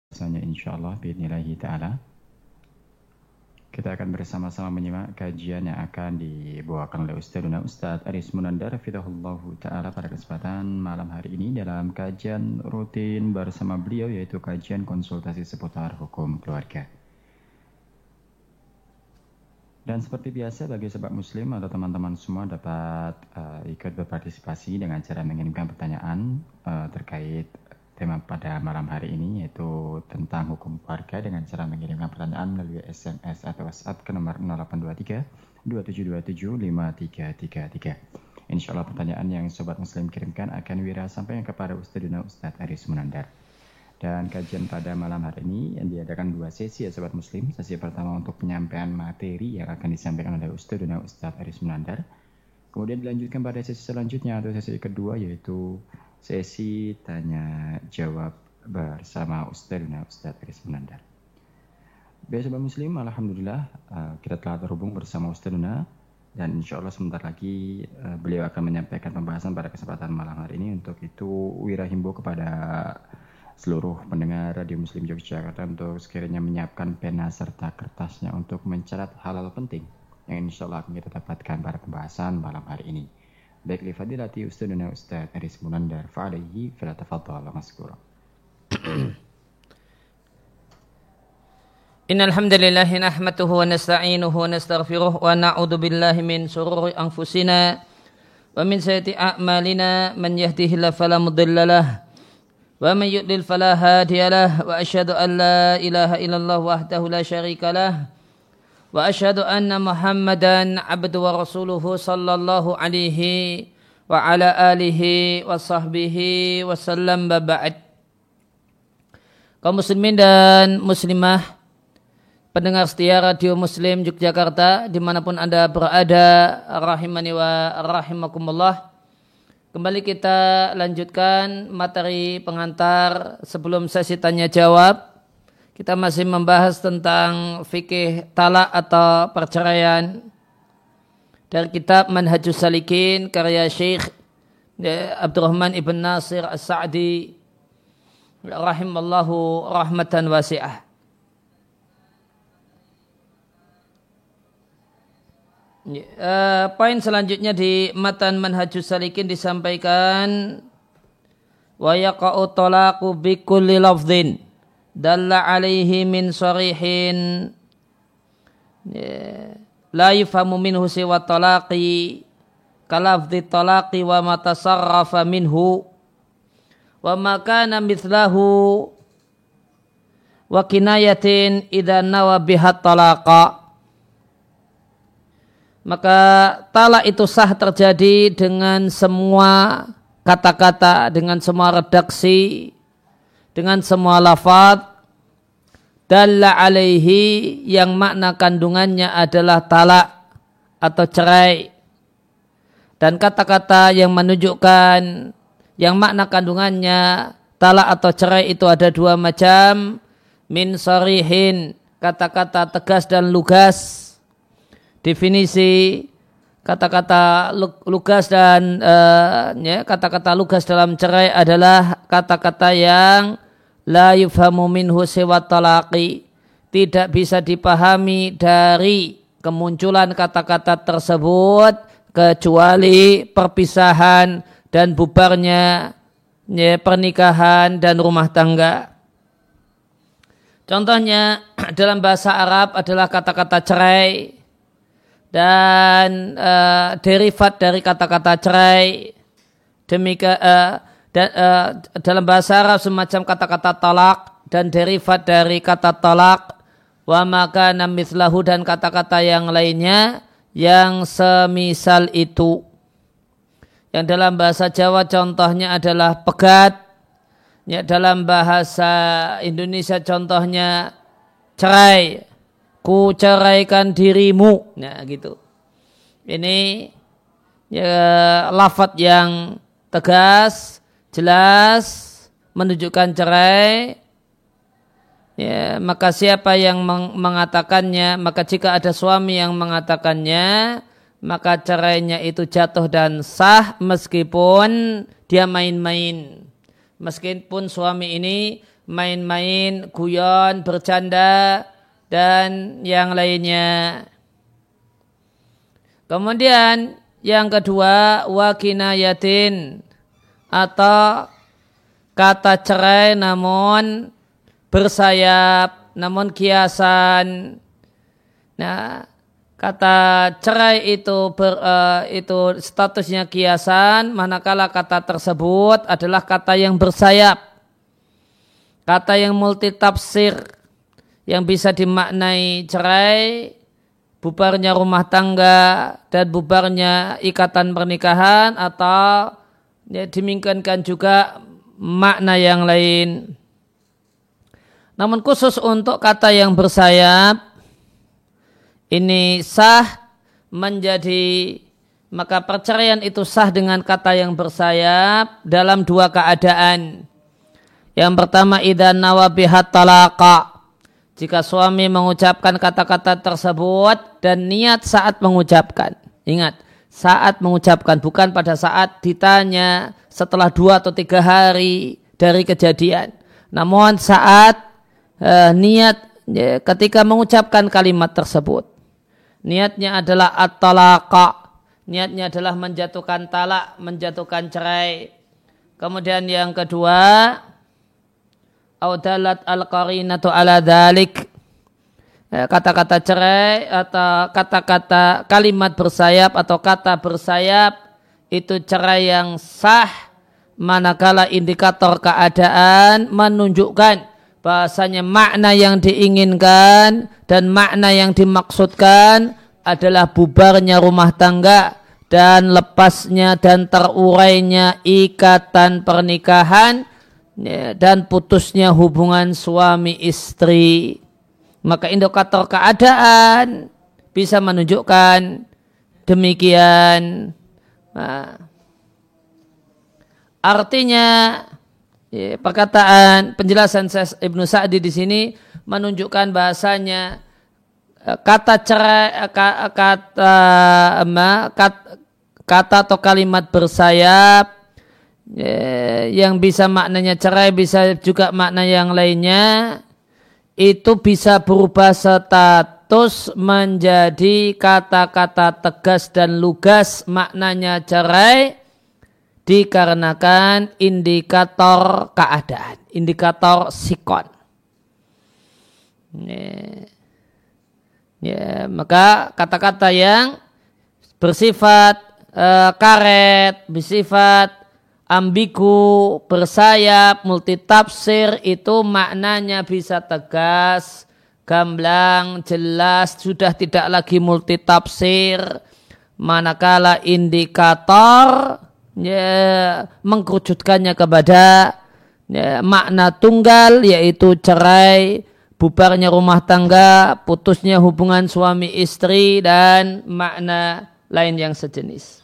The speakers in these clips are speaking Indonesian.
Selanjutnya insyaallah biidznillah ta'ala kita akan bersama-sama menyimak kajian yang akan dibawakan oleh Ustadz Aris Munandar hafizahullahu ta'ala pada kesempatan malam hari ini dalam kajian rutin bersama beliau, yaitu kajian konsultasi seputar hukum keluarga. Dan seperti biasa, bagi sobat muslim atau teman-teman semua dapat ikut berpartisipasi dengan cara mengirimkan pertanyaan terkait tema pada malam hari ini, yaitu tentang hukum keluarga, dengan cara mengirimkan pertanyaan melalui SMS atau WhatsApp ke nomor 0823 2727 5333. Insyaallah pertanyaan yang sobat muslim kirimkan akan Wira sampaikan kepada Ustadz Aris Munandar. Dan kajian pada malam hari ini yang diadakan dua sesi ya sobat muslim. Sesi pertama untuk penyampaian materi yang akan disampaikan oleh Ustadz Aris Munandar. Kemudian dilanjutkan pada sesi selanjutnya atau sesi kedua, yaitu sesi tanya jawab bersama Ustadz Aris Munandar. Baik sobat muslim, alhamdulillah kita telah terhubung bersama Ustadz, dan insya Allah sebentar lagi beliau akan menyampaikan pembahasan pada kesempatan malam hari ini. Untuk itu Wira himbau kepada seluruh pendengar Radio Muslim Yogyakarta untuk sekiranya menyiapkan pena serta kertasnya untuk mencatat hal-hal penting yang insya Allah akan kita dapatkan pada pembahasan malam hari ini. Baik, li fadilati Ustadz Aris Munandar fa'alaihi falatafadhal maskura. Innal hamdalillah nahmaduhu wa nasta'inuhu wa nastaghfiruh wa na'udzu billahi min shururi anfusina wa min sayyiati a'malina, man yahdihillahu fala mudhillalah wa man yudlil fala hadiyalah, wa asyhadu an la ilaha illallah wahdahu la syarikalah wa asyhadu anna Muhammadan abduhu wa rasuluhu sallallahu alaihi wa ala alihi wa sahbihi wa sallam. Ba'd. Kaum muslimin dan muslimah, pendengar setia Radio Muslim Yogyakarta dimanapun Anda berada, rahimani wa rahimakumullah. Kembali kita lanjutkan materi pengantar sebelum sesi tanya jawab. Kita masih membahas tentang fikih talak atau perceraian dari kitab Manhajus Salikin karya Syekh Abdurrahman Ibn Nasir As-Sa'di rahimallahu rahmatan wasi'ah. Poin selanjutnya di matan Manhajus Salikin disampaikan wa yaqa'u talaqu bi kulli lafdhin dalla alaihi min sarihin la yufhamu minhu siwa talaqi kalafdhi talaqi wa ma tasarrafa minhu wa ma kana mithlahu wa kinayatin idza nawa bihat talaqa. Maka talak itu sah terjadi dengan semua kata-kata, dengan semua redaksi, dengan semua lafaz dalla alaihi, yang makna kandungannya adalah talak atau cerai, dan kata-kata yang menunjukkan yang makna kandungannya talak atau cerai itu ada dua macam. Min sarihin, kata-kata tegas dan lugas. Definisi kata-kata lugas dan kata-kata lugas dalam cerai adalah kata-kata yang la yufhamu minhu siwa talaqi, tidak bisa dipahami dari kemunculan kata-kata tersebut kecuali perpisahan dan bubarnya pernikahan dan rumah tangga. Contohnya dalam bahasa Arab adalah kata-kata cerai dan derivat dari kata-kata cerai. Dalam bahasa Arab semacam kata-kata talak dan derivat dari kata talak, wa maka namithlahu, dan kata-kata yang lainnya yang semisal itu. Yang dalam bahasa Jawa contohnya adalah pegat. Ya, dalam bahasa Indonesia contohnya cerai. Ku ceraikan dirimu. Nah, gitu. Ini ya, lafaz yang tegas, jelas, menunjukkan cerai. Ya, maka siapa yang mengatakannya, maka jika ada suami yang mengatakannya, maka cerainya itu jatuh dan sah meskipun dia main-main. Meskipun suami ini main-main, guyon, bercanda, dan yang lainnya. Kemudian yang kedua, wa kinayatin, atau kata cerai namun bersayap, namun kiasan. Nah, kata cerai itu statusnya kiasan, manakala kata tersebut adalah kata yang bersayap, kata yang multitafsir, yang bisa dimaknai cerai, bubarnya rumah tangga dan bubarnya ikatan pernikahan, atau ya, dimungkinkan juga makna yang lain. Namun khusus untuk kata yang bersayap ini sah menjadi, maka perceraian itu sah dengan kata yang bersayap dalam dua keadaan. Yang pertama, idza nawa bihat talaqa, jika suami mengucapkan kata-kata tersebut dan niat saat mengucapkan. Ingat, saat mengucapkan, bukan pada saat ditanya setelah 2 atau 3 hari dari kejadian. Namun saat niat ketika mengucapkan kalimat tersebut. Niatnya adalah at-talaqa, niatnya adalah menjatuhkan talak, menjatuhkan cerai. Kemudian yang kedua, audalat al-qarinatu ala dhalik, kata-kata cerai atau kata-kata kalimat bersayap atau kata bersayap itu cerai yang sah manakala indikator keadaan menunjukkan bahasanya makna yang diinginkan dan makna yang dimaksudkan adalah bubarnya rumah tangga dan lepasnya dan terurainya ikatan pernikahan dan putusnya hubungan suami istri. Maka indikator keadaan bisa menunjukkan demikian. Nah, artinya perkataan penjelasan Ibnu Sa'di di sini menunjukkan bahasanya kata cerai, kata atau kalimat bersayap yang bisa maknanya cerai, bisa juga makna yang lainnya, itu bisa berubah status menjadi kata-kata tegas dan lugas maknanya cerai dikarenakan indikator keadaan, indikator sikon. Ya, maka kata-kata yang bersifat karet, bersifat ambigu, bersayap, multitafsir, itu maknanya bisa tegas, gamblang, jelas, sudah tidak lagi multitafsir. Manakala indikator mengkerucutkannya kepada makna tunggal, yaitu cerai, bubarnya rumah tangga, putusnya hubungan suami istri, dan makna lain yang sejenis.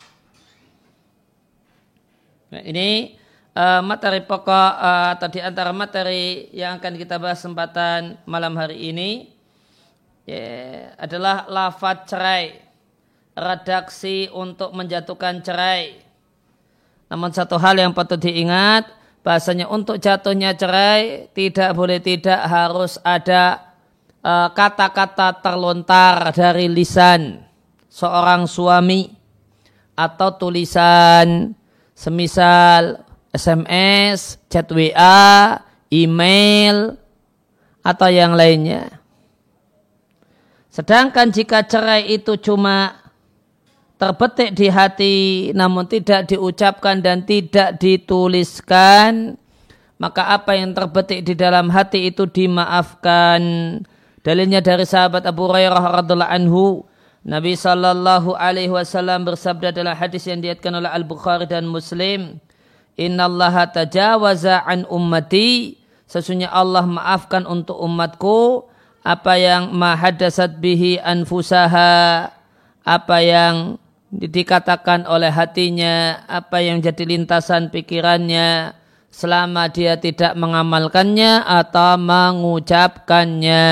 Nah, ini materi pokok atau di antara materi yang akan kita bahas kesempatan malam hari ini adalah lafadz cerai, redaksi untuk menjatuhkan cerai. Namun satu hal yang patut diingat, bahasanya untuk jatuhnya cerai tidak boleh tidak harus ada kata-kata terlontar dari lisan seorang suami atau tulisan semisal SMS, chat WA, email, atau yang lainnya. Sedangkan jika cerai itu cuma terbetik di hati namun tidak diucapkan dan tidak dituliskan, maka apa yang terbetik di dalam hati itu dimaafkan. Dalilnya dari sahabat Abu Hurairah radhiallahu anhu, Nabi sallallahu alaihi wasallam bersabda dalam hadis yang diriwayatkan oleh Al-Bukhari dan Muslim, "Innallaha tajawaza an ummati", sesungguhnya Allah maafkan untuk umatku apa yang mahadasat bihi anfusaha, apa yang dikatakan oleh hatinya, apa yang jadi lintasan pikirannya selama dia tidak mengamalkannya atau mengucapkannya.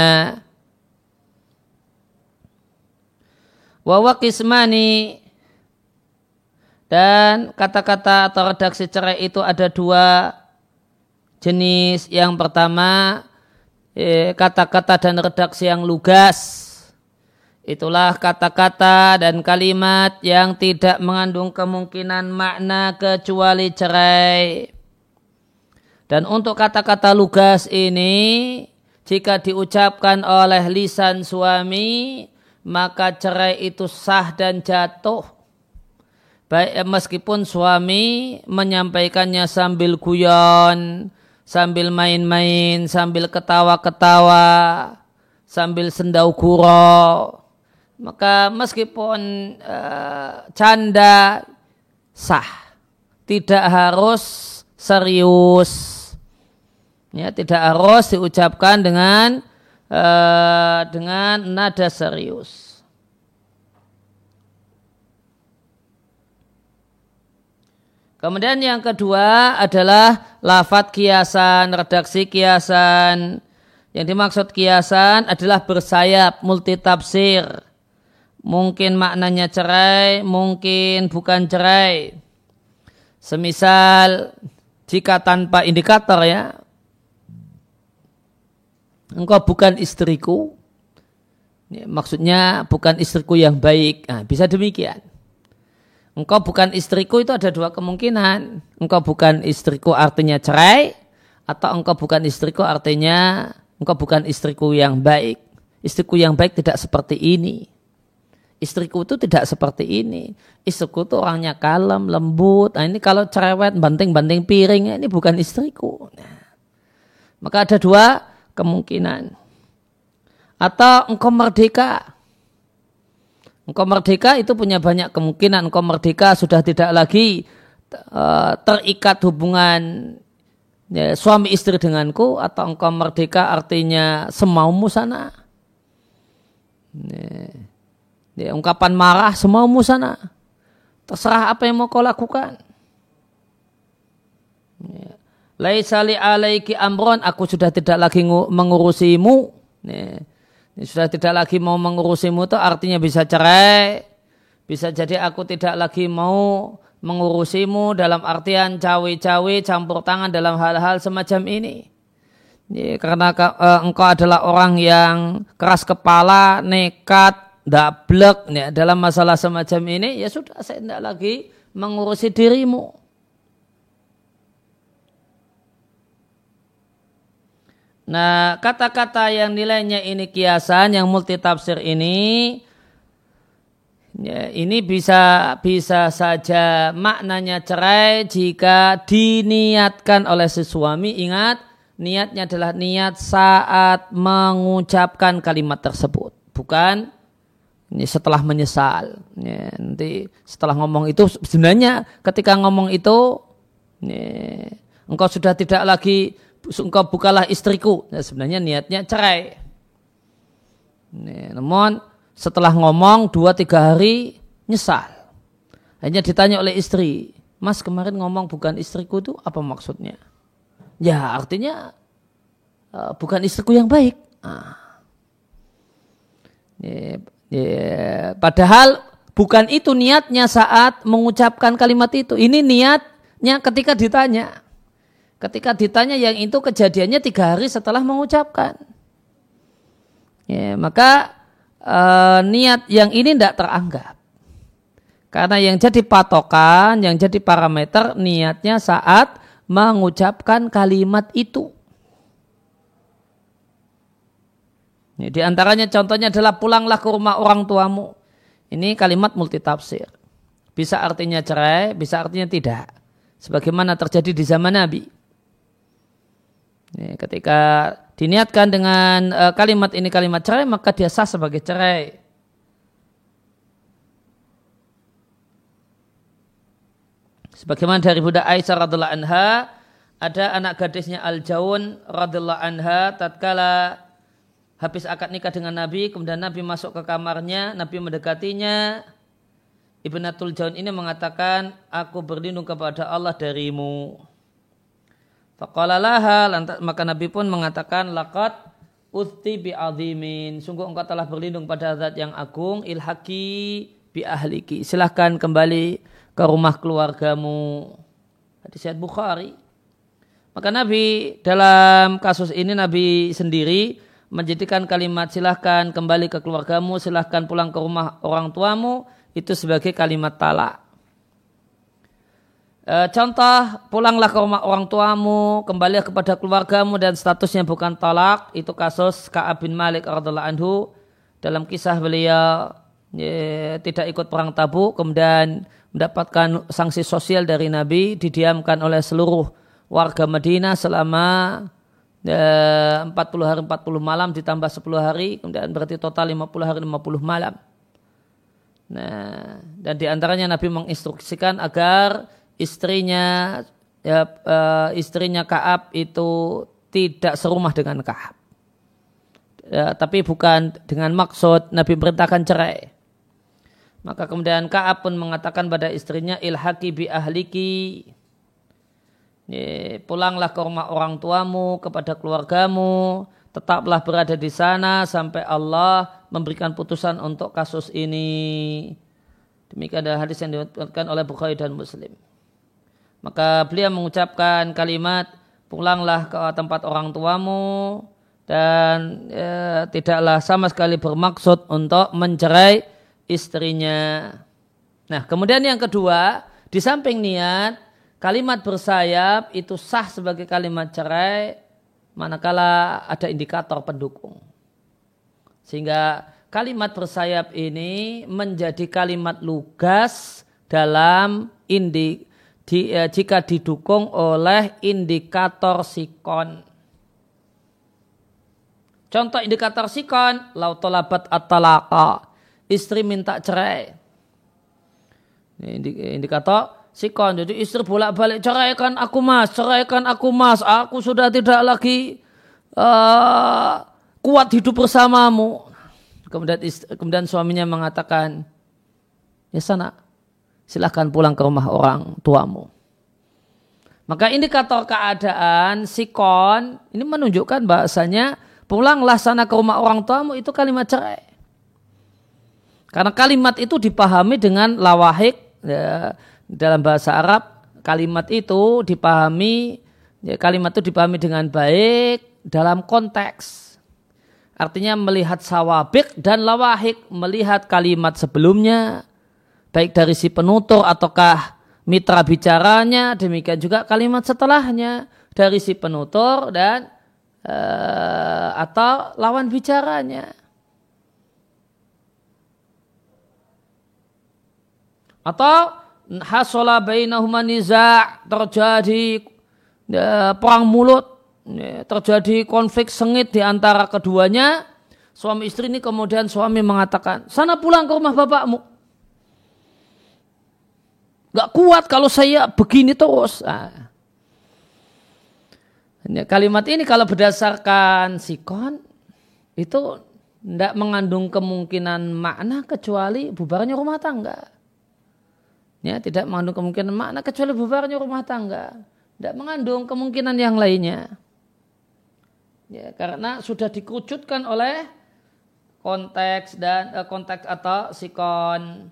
Wa waqismani, dan kata-kata atau redaksi cerai itu ada 2 jenis. Yang pertama, kata-kata dan redaksi yang lugas. Itulah kata-kata dan kalimat yang tidak mengandung kemungkinan makna kecuali cerai. Dan untuk kata-kata lugas ini, jika diucapkan oleh lisan suami, maka cerai itu sah dan jatuh. Baik meskipun suami menyampaikannya sambil guyon, sambil main-main, sambil ketawa-ketawa, sambil sendau gurau, maka meskipun canda sah, tidak harus serius, ya, tidak harus diucapkan dengan nada serius. Kemudian yang kedua adalah lafadz kiasan, redaksi kiasan. Yang dimaksud kiasan adalah bersayap, multitafsir. Mungkin maknanya cerai, mungkin bukan cerai. Semisal jika tanpa indikator, ya, engkau bukan istriku, ya, maksudnya bukan istriku yang baik. Nah, bisa demikian. Engkau bukan istriku itu ada dua kemungkinan. Engkau bukan istriku artinya cerai, atau engkau bukan istriku artinya engkau bukan istriku yang baik. Istriku yang baik tidak seperti ini. Istriku itu tidak seperti ini. Istriku itu orangnya kalem, lembut. Nah, ini kalau cerewet, banting-banting piring, ini bukan istriku. Nah, maka ada dua kemungkinan. Atau engkau merdeka. Engkau merdeka itu punya banyak kemungkinan. Engkau merdeka sudah tidak lagi terikat hubungan, ya, suami istri denganku, atau engkau merdeka artinya semaumu sana. Ya, ungkapan marah semaumu sana. Terserah apa yang mau kau lakukan. Ya. Laisa li alaiki amron, aku sudah tidak lagi mengurusimu. Ya. Ini sudah tidak lagi mau mengurusimu itu artinya bisa cerai. Bisa jadi aku tidak lagi mau mengurusimu dalam artian cawe-cawe, campur tangan dalam hal-hal semacam ini. Ya, karena engkau adalah orang yang keras kepala, nekat, dablek, ya, dalam masalah semacam ini, ya sudah, saya tidak lagi mengurusi dirimu. Nah, kata-kata yang nilainya ini kiasan, yang multitafsir ini, ya, ini bisa saja maknanya cerai jika diniatkan oleh si suami. Ingat, niatnya adalah niat saat mengucapkan kalimat tersebut, bukan ini setelah menyesal. Ya, nanti setelah ngomong itu, sebenarnya ketika ngomong itu, ya, engkau sudah tidak lagi, engkau bukalah istriku. Nah, sebenarnya niatnya cerai. Namun setelah ngomong 2-3 hari nyesal. Hanya ditanya oleh istri, Mas kemarin ngomong bukan istriku itu apa maksudnya? Ya artinya bukan istriku yang baik. Padahal bukan itu niatnya saat mengucapkan kalimat itu. Ini niatnya ketika ditanya. Ketika ditanya yang itu kejadiannya 3 hari setelah mengucapkan. Ya, maka niat yang ini tidak teranggap. Karena yang jadi patokan, yang jadi parameter niatnya saat mengucapkan kalimat itu. Ya, di antaranya contohnya adalah pulanglah ke rumah orang tuamu. Ini kalimat multitafsir. Bisa artinya cerai, bisa artinya tidak. Sebagaimana terjadi di zaman Nabi. Ya, ketika diniatkan dengan kalimat ini kalimat cerai, maka dia sah sebagai cerai. Sebagaimana dari Bunda Aisyah radhiallahu anha, ada anak gadisnya Al-Jaun radhiallahu anha tatkala habis akad nikah dengan Nabi, kemudian Nabi masuk ke kamarnya, Nabi mendekatinya. Ibnatul Jaun ini mengatakan, aku berlindung kepada Allah darimu. Faqala laha, maka Nabi pun mengatakan, laqad uthti bi'adhimin, sungguh engkau telah berlindung pada zat yang agung, ilhaqi bi ahliki, silahkan kembali ke rumah keluargamu. Hadis riwayat Bukhari. Maka Nabi dalam kasus ini Nabi sendiri menjadikan kalimat silahkan kembali ke keluargamu, silahkan pulang ke rumah orang tuamu itu sebagai kalimat talak. Contoh, pulanglah ke rumah orang tuamu, kembali kepada keluargamu dan statusnya bukan talak. Itu kasus Ka'ab bin Malik radhiyallahu anhu. Dalam kisah beliau tidak ikut perang Tabuk, kemudian mendapatkan sanksi sosial dari Nabi, didiamkan oleh seluruh warga Madinah selama 40 hari 40 malam ditambah 10 hari, kemudian berarti total 50 hari 50 malam. Nah, dan diantaranya Nabi menginstruksikan agar istrinya Ka'ab itu tidak serumah dengan Ka'ab. Tapi bukan dengan maksud Nabi perintahkan cerai. Maka kemudian Ka'ab pun mengatakan pada istrinya, ilhaqi bi ahliki, pulanglah ke rumah orang tuamu, kepada keluargamu, tetaplah berada di sana sampai Allah memberikan putusan untuk kasus ini. Demikian adalah hadis yang diriwayatkan oleh Bukhari dan Muslim. Maka beliau mengucapkan kalimat, pulanglah ke tempat orang tuamu, dan tidaklah sama sekali bermaksud untuk mencerai istrinya. Nah, kemudian yang kedua, di samping niat, kalimat bersayap itu sah sebagai kalimat cerai manakala ada indikator pendukung. Sehingga kalimat bersayap ini menjadi kalimat lugas dalam jika didukung oleh indikator sikon. Contoh indikator sikon, lau talabat at-talaqa, istri minta cerai. Ini indikator sikon, jadi istri bolak-balik, ceraikan aku mas, aku sudah tidak lagi kuat hidup bersamamu. Kemudian suaminya mengatakan, ya sana, silahkan pulang ke rumah orang tuamu. Maka indikator keadaan sikon ini menunjukkan bahasanya pulanglah sana ke rumah orang tuamu itu kalimat cerai. Karena kalimat itu dipahami dengan lawahik, ya, dalam bahasa Arab kalimat itu dipahami dengan baik dalam konteks. Artinya melihat sawabik dan lawahik, melihat kalimat sebelumnya, baik dari si penutur ataukah mitra bicaranya, demikian juga kalimat setelahnya dari si penutur dan atau lawan bicaranya. Atau hasala bainahuma niza', terjadi perang mulut, terjadi konflik sengit di antara keduanya, suami istri ini, kemudian suami mengatakan, sana pulang ke rumah bapakmu. Gak kuat kalau saya begini terus. Nah, kalimat ini kalau berdasarkan sikon itu tidak mengandung kemungkinan makna kecuali bubarnya rumah tangga. Ya, tidak mengandung kemungkinan makna kecuali bubarnya rumah tangga. Tidak mengandung kemungkinan yang lainnya. Ya, karena sudah dikerucutkan oleh konteks atau sikon.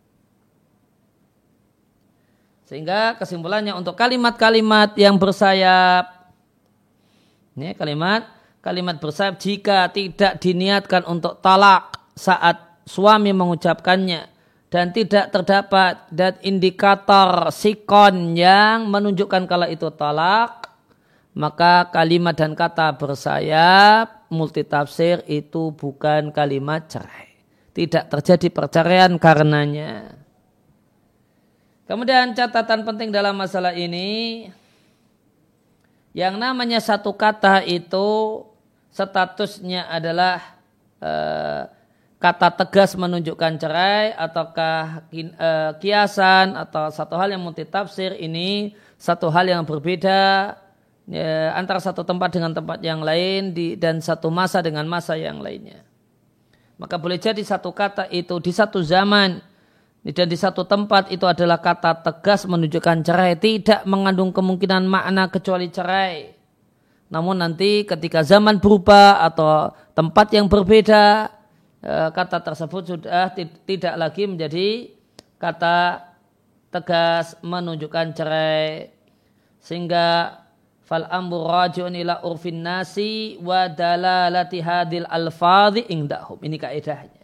Sehingga kesimpulannya untuk kalimat-kalimat yang bersayap, ini kalimat bersayap jika tidak diniatkan untuk talak saat suami mengucapkannya dan tidak terdapat dan indikator sikon yang menunjukkan kalau itu talak, maka kalimat dan kata bersayap multitafsir itu bukan kalimat cerai. Tidak terjadi perceraian karenanya. Kemudian catatan penting dalam masalah ini, yang namanya satu kata itu statusnya adalah kata tegas menunjukkan cerai ataukah kiasan atau satu hal yang multitafsir, ini satu hal yang berbeda antara satu tempat dengan tempat yang lain dan satu masa dengan masa yang lainnya. Maka boleh jadi satu kata itu di satu zaman dan di satu tempat itu adalah kata tegas menunjukkan cerai, tidak mengandung kemungkinan makna kecuali cerai. Namun nanti ketika zaman berubah atau tempat yang berbeda, kata tersebut sudah tidak lagi menjadi kata tegas menunjukkan cerai. Sehingga fal amru raji'un ila urfin nasi wa dalalati hadil alfadhi indahum. Ini kaidahnya.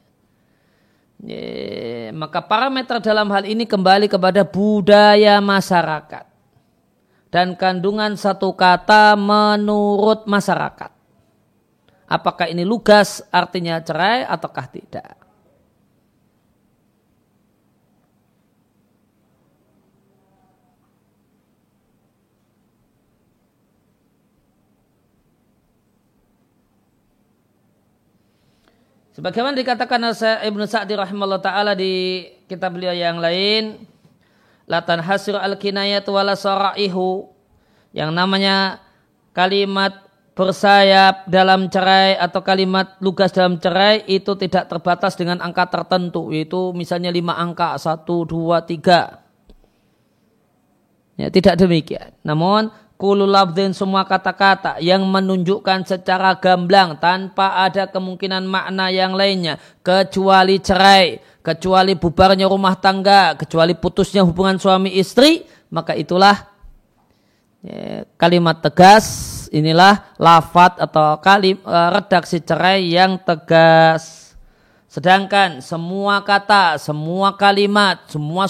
Maka parameter dalam hal ini kembali kepada budaya masyarakat dan kandungan satu kata menurut masyarakat. Apakah ini lugas artinya cerai ataukah tidak? Sebagaimana dikatakan oleh Ibnu Sa'di rahimahullah ta'ala di kitab beliau yang lain, latan hasir al-kinayat wala sara'ihu, yang namanya kalimat bersayap dalam cerai atau kalimat lugas dalam cerai itu tidak terbatas dengan angka tertentu, yaitu misalnya 5 angka, 1, 2, 3. Ya, tidak demikian. Namun kullu lafdhin, semua kata-kata yang menunjukkan secara gamblang tanpa ada kemungkinan makna yang lainnya kecuali cerai, kecuali bubarnya rumah tangga, kecuali putusnya hubungan suami istri, maka itulah kalimat tegas. Inilah lafadz atau redaksi cerai yang tegas. Sedangkan semua kata, semua kalimat, semua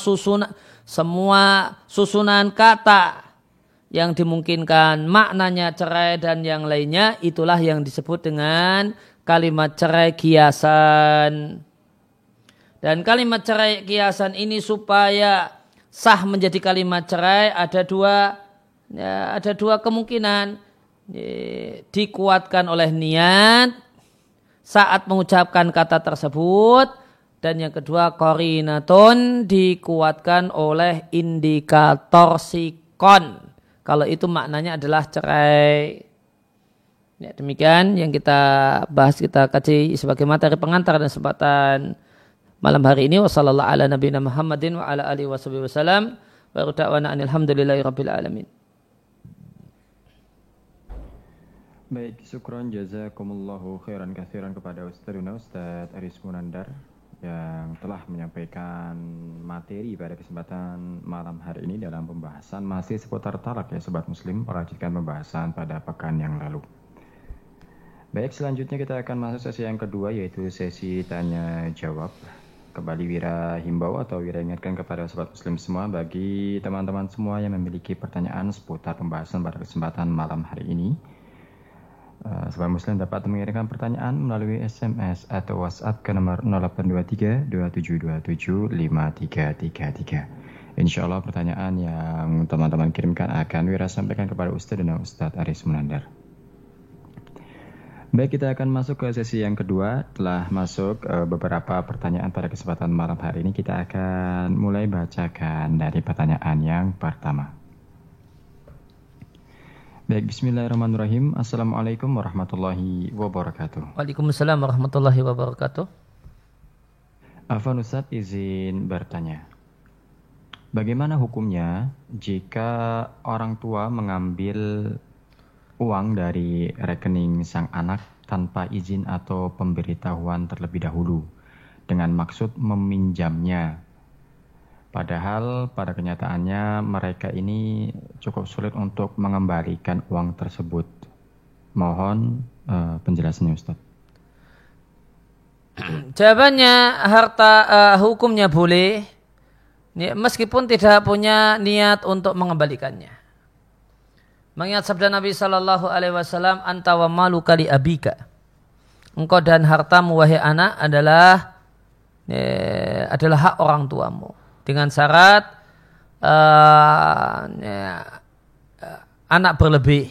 susunan kata yang dimungkinkan maknanya cerai dan yang lainnya, itulah yang disebut dengan kalimat cerai kiasan. Dan kalimat cerai kiasan ini supaya sah menjadi kalimat cerai ada dua kemungkinan. Dikuatkan oleh niat saat mengucapkan kata tersebut, dan yang kedua qarinatun, dikuatkan oleh indikator sikon. Kalau itu maknanya adalah cerai. Ya, demikian yang kita bahas, kita kaji sebagai materi pengantar dan kesempatan malam hari ini. Wassallallahu ala nabiyina Muhammadin wa ala alihi wasallam. Wa da'wana alhamdulillahi rabbil alamin. Baik, syukron jazakumullahu khairan katsiran kepada Ustaz Aris Munandar yang telah menyampaikan materi pada kesempatan malam hari ini dalam pembahasan masih seputar talak ya Sobat Muslim, melanjutkan pembahasan pada pekan yang lalu. Baik, selanjutnya kita akan masuk sesi yang kedua, yaitu sesi tanya jawab. Kembali Wira himbau atau Wira ingatkan kepada Sobat Muslim semua, bagi teman-teman semua yang memiliki pertanyaan seputar pembahasan pada kesempatan malam hari ini, Sobat Muslim dapat mengirimkan pertanyaan melalui SMS atau WhatsApp ke nomor 0823 2727 5333. Insya Allah pertanyaan yang teman-teman kirimkan akan Wira sampaikan kepada Ustaz dan Ustaz Aris Munandar. Baik, kita akan masuk ke sesi yang kedua. Telah masuk beberapa pertanyaan pada kesempatan malam hari ini. Kita akan mulai bacakan dari pertanyaan yang pertama. Baik, bismillahirrahmanirrahim. Assalamualaikum warahmatullahi wabarakatuh. Waalaikumsalam warahmatullahi wabarakatuh. Afwan Ustaz, izin bertanya. Bagaimana hukumnya jika orang tua mengambil uang dari rekening sang anak tanpa izin atau pemberitahuan terlebih dahulu dengan maksud meminjamnya? Padahal pada kenyataannya mereka ini cukup sulit untuk mengembalikan uang tersebut. Mohon penjelasannya Ustaz. Jawabannya hukumnya boleh, meskipun tidak punya niat untuk mengembalikannya. Mengingat sabda Nabi Sallallahu Alaihi Wasallam, anta wa maluka li abika. Engkau dan hartamu wahai anak adalah hak orang tuamu. Dengan syarat anak berlebih,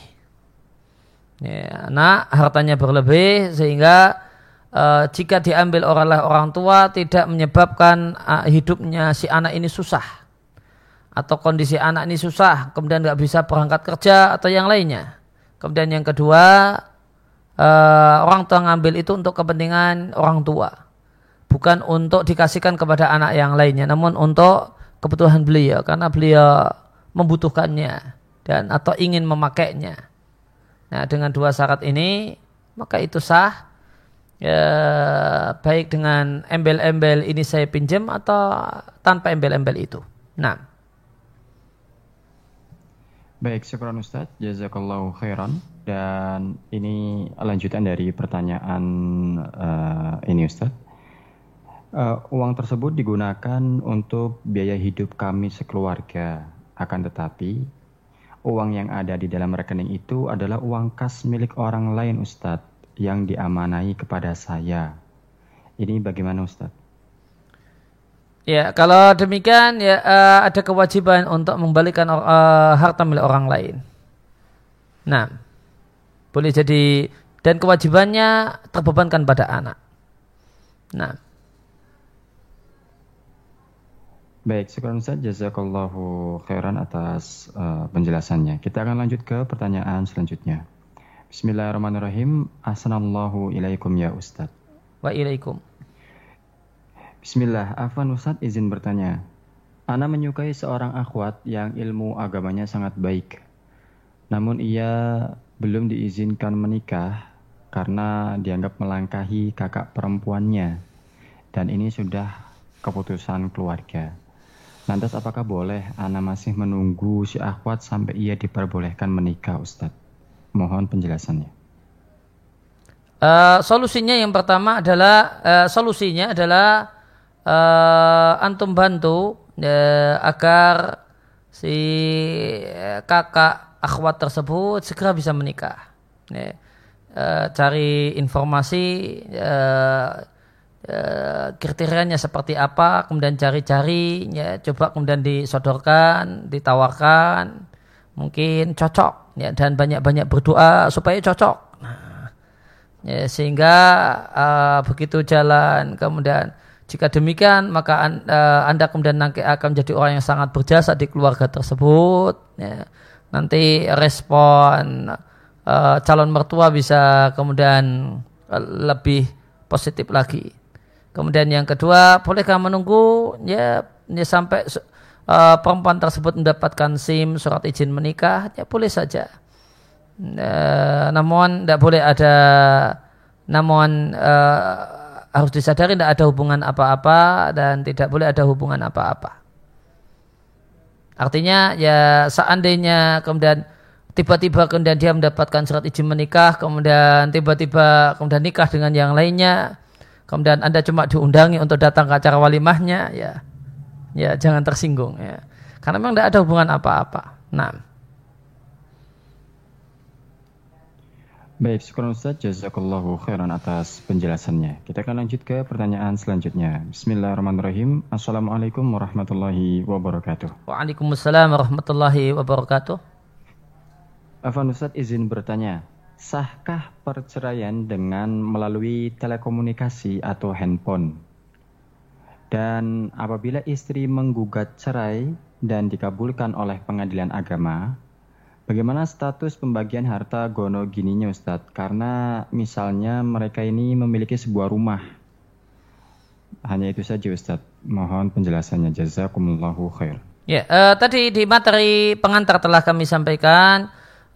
anak hartanya berlebih sehingga jika diambil oleh orang tua tidak menyebabkan hidupnya si anak ini susah atau kondisi anak ini susah, kemudian nggak bisa berangkat kerja atau yang lainnya. Kemudian yang kedua, orang tua ngambil itu untuk kepentingan orang tua. Bukan untuk dikasihkan kepada anak yang lainnya, namun untuk kebutuhan beliau, karena beliau membutuhkannya dan atau ingin memakainya. Nah, dengan dua syarat ini, maka itu sah, baik dengan embel-embel ini saya pinjam atau tanpa embel-embel itu. Nah. Baik, syukran Ustaz, jazakallahu khairan. Dan ini lanjutan dari pertanyaan ini Ustaz. Uang tersebut digunakan untuk biaya hidup kami sekeluarga. Akan tetapi, uang yang ada di dalam rekening itu adalah uang kas milik orang lain Ustaz, yang diamanai kepada saya. Ini bagaimana Ustaz? Ya, kalau demikian ya ada kewajiban untuk mengembalikan harta milik orang lain. Nah, boleh jadi dan kewajibannya terbebankan pada anak. Nah. Baik, syukur Ustaz, jazakallahu khairan atas penjelasannya. Kita akan lanjut ke pertanyaan selanjutnya. Bismillahirrahmanirrahim. Assalamualaikum ilaikum ya Ustaz. Waalaikum. Bismillah, Afwan Ustaz izin bertanya. Ana menyukai seorang akhwat yang ilmu agamanya sangat baik. Namun ia belum diizinkan menikah karena dianggap melangkahi kakak perempuannya. Dan ini sudah keputusan keluarga. Lantas apakah boleh Ana masih menunggu si akhwat sampai ia diperbolehkan menikah Ustaz? Mohon penjelasannya. Solusinya yang pertama adalah antum bantu agar si kakak akhwat tersebut segera bisa menikah. Cari informasi kriterianya seperti apa, kemudian cari-cari, ya, coba kemudian disodorkan, ditawarkan, mungkin cocok, ya, dan banyak-banyak berdoa supaya cocok. Nah, ya, sehingga begitu jalan, kemudian jika demikian, maka Anda kemudian nanti akan menjadi orang yang sangat berjasa di keluarga tersebut. Ya. Nanti respon calon mertua bisa kemudian lebih positif lagi. Kemudian yang kedua, bolehkah menunggu ya sampai perempuan tersebut mendapatkan SIM, surat izin menikah? Ya boleh saja. Namun tidak boleh ada, harus disadari tidak ada hubungan apa-apa dan tidak boleh ada hubungan apa-apa. Artinya ya seandainya kemudian tiba-tiba kemudian dia mendapatkan surat izin menikah, kemudian tiba-tiba kemudian nikah dengan yang lainnya, kemudian Anda cuma diundangi untuk datang ke acara walimahnya, ya jangan tersinggung ya. Karena memang tidak ada hubungan apa-apa. Nah. Baik, syukur Ustaz, jazakallahu khairan atas penjelasannya. Kita akan lanjut ke pertanyaan selanjutnya. Bismillahirrahmanirrahim. Assalamualaikum warahmatullahi wabarakatuh. Waalaikumsalam warahmatullahi wabarakatuh. Afwan Ustaz izin bertanya, sahkah perceraian dengan melalui telekomunikasi atau handphone? Dan apabila istri menggugat cerai dan dikabulkan oleh pengadilan agama, bagaimana status pembagian harta gono gininya Ustadz? Karena misalnya mereka ini memiliki sebuah rumah. Hanya itu saja Ustadz. Mohon penjelasannya. Jazakumullahu khair. Ya, tadi di materi pengantar telah kami sampaikan,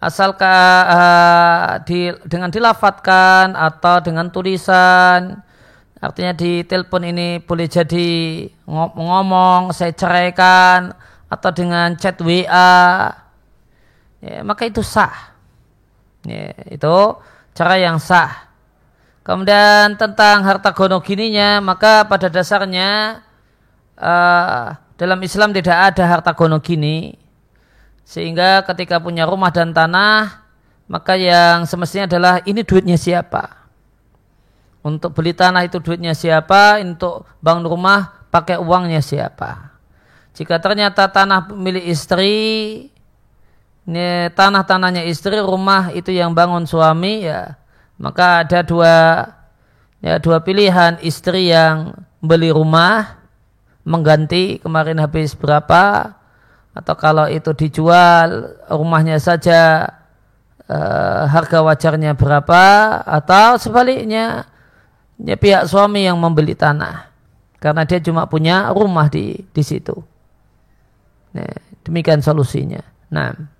asalkan dengan dilafatkan atau dengan tulisan, artinya di telepon ini boleh jadi ngomong saya ceraikan, atau dengan chat WA. Ya, maka itu sah. Ya, itu cara yang sah. Kemudian tentang harta gono gininya, maka pada dasarnya dalam Islam tidak ada harta gono gini. Sehingga ketika punya rumah dan tanah, maka yang semestinya adalah ini duitnya siapa. Untuk beli tanah itu duitnya siapa, untuk bangun rumah pakai uangnya siapa. Jika ternyata tanah milik istri, ini tanahnya istri, rumah itu yang bangun suami, ya maka ada dua pilihan. Istri yang beli rumah mengganti kemarin habis berapa, atau kalau itu dijual rumahnya saja harga wajarnya berapa, atau sebaliknya ya pihak suami yang membeli tanah karena dia cuma punya rumah di situ. Nah, demikian solusinya. Nah.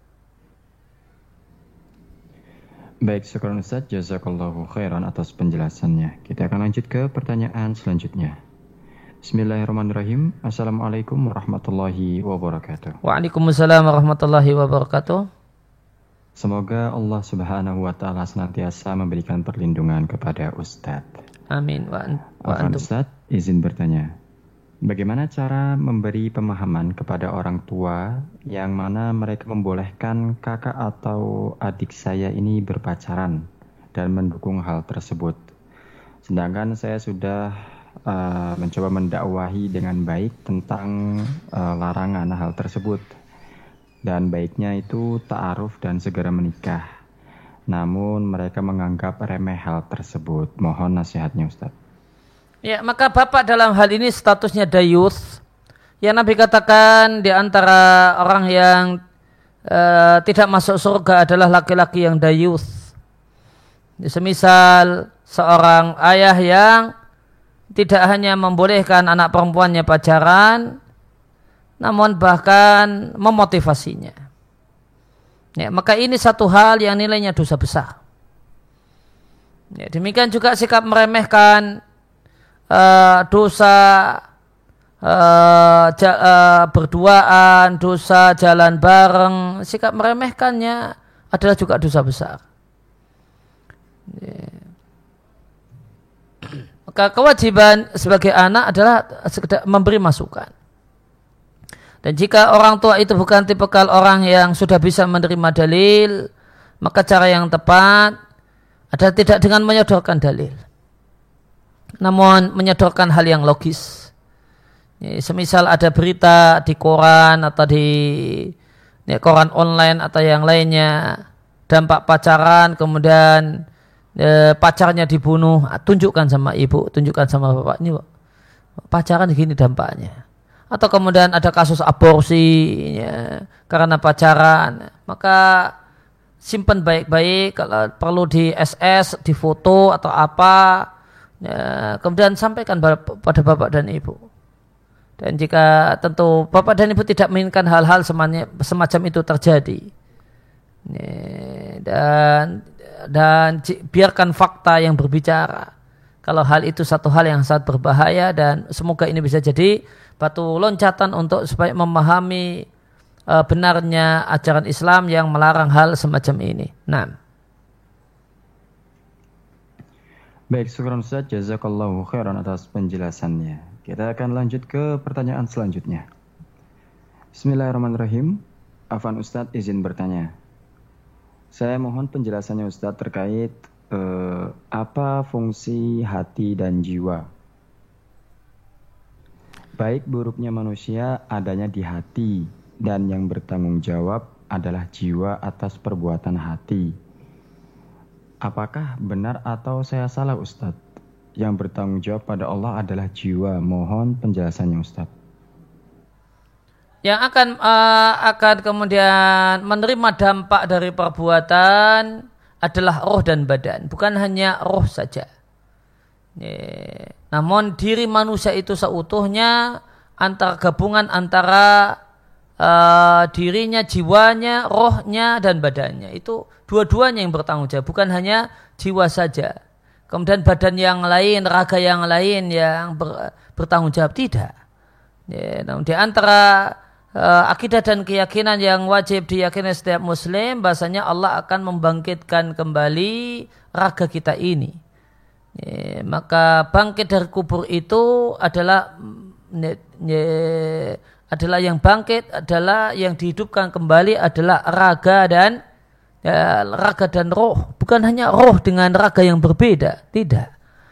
Baik, syukur Ustaz, jazakallahu khairan atas penjelasannya. Kita akan lanjut ke pertanyaan selanjutnya. Bismillahirrahmanirrahim. Assalamualaikum warahmatullahi wabarakatuh. Waalaikumsalam warahmatullahi wabarakatuh. Semoga Allah Subhanahu wa taala senantiasa memberikan perlindungan kepada Ustadz. Amin. Afwan Ustadz, izin bertanya. Bagaimana cara memberi pemahaman kepada orang tua yang mana mereka membolehkan kakak atau adik saya ini berpacaran dan mendukung hal tersebut? Sedangkan saya sudah mencoba mendakwahi dengan baik tentang larangan hal tersebut. Dan baiknya itu ta'aruf dan segera menikah. Namun mereka menganggap remeh hal tersebut. Mohon nasihatnya Ustaz. Ya, maka bapak dalam hal ini statusnya dayuth. Yang Nabi katakan di antara orang yang tidak masuk surga adalah laki-laki yang dayuth. Semisal seorang ayah yang tidak hanya membolehkan anak perempuannya pacaran, namun bahkan memotivasinya. Ya, maka ini satu hal yang nilainya dosa besar. Ya, demikian juga sikap meremehkan dosa berduaan, dosa jalan bareng, sikap meremehkannya adalah juga dosa besar. Ya. Maka kewajiban sebagai anak adalah sekedar memberi masukan. Dan jika orang tua itu bukan tipikal orang yang sudah bisa menerima dalil, maka cara yang tepat adalah tidak dengan menyodorkan dalil, namun menyodorkan hal yang logis. Semisal ada berita di koran atau di koran online atau yang lainnya, dampak pacaran, kemudian pacarnya dibunuh, tunjukkan sama ibu, tunjukkan sama bapak, ini pacaran gini dampaknya. Atau kemudian ada kasus aborsi ya, karena pacaran, maka simpan baik-baik, kalau perlu di SS, di foto atau apa, ya, kemudian sampaikan pada bapak dan ibu. Dan jika tentu bapak dan ibu tidak menginginkan hal-hal semacam itu terjadi, ya, dan biarkan fakta yang berbicara. Kalau hal itu satu hal yang sangat berbahaya, dan semoga ini bisa jadi batu loncatan untuk supaya memahami benarnya ajaran Islam yang melarang hal semacam ini. Nah. Baik, syukran Ustaz, jazakallahu khairan atas penjelasannya. Kita akan lanjut ke pertanyaan selanjutnya. Bismillahirrahmanirrahim. Afwan Ustaz, izin bertanya. Saya mohon penjelasannya Ustaz terkait apa fungsi hati dan jiwa. Baik buruknya manusia adanya di hati, dan yang bertanggung jawab adalah jiwa atas perbuatan hati. Apakah benar atau saya salah Ustadz? Yang bertanggung jawab pada Allah adalah jiwa. Mohon penjelasannya Ustadz. Yang akan kemudian menerima dampak dari perbuatan adalah roh dan badan, bukan hanya roh saja. Namun diri manusia itu seutuhnya gabungan antara dirinya, jiwanya, rohnya dan badannya. Itu dua-duanya yang bertanggung jawab, bukan hanya jiwa saja. Kemudian badan yang lain, raga yang lain yang bertanggung jawab, tidak. Namun di antara akidah dan keyakinan yang wajib diyakini setiap muslim, bahasanya Allah akan membangkitkan kembali raga kita ini. Maka bangkit dari kubur itu adalah yang bangkit, adalah yang dihidupkan kembali adalah raga dan roh, bukan hanya roh dengan raga yang berbeda, tidak.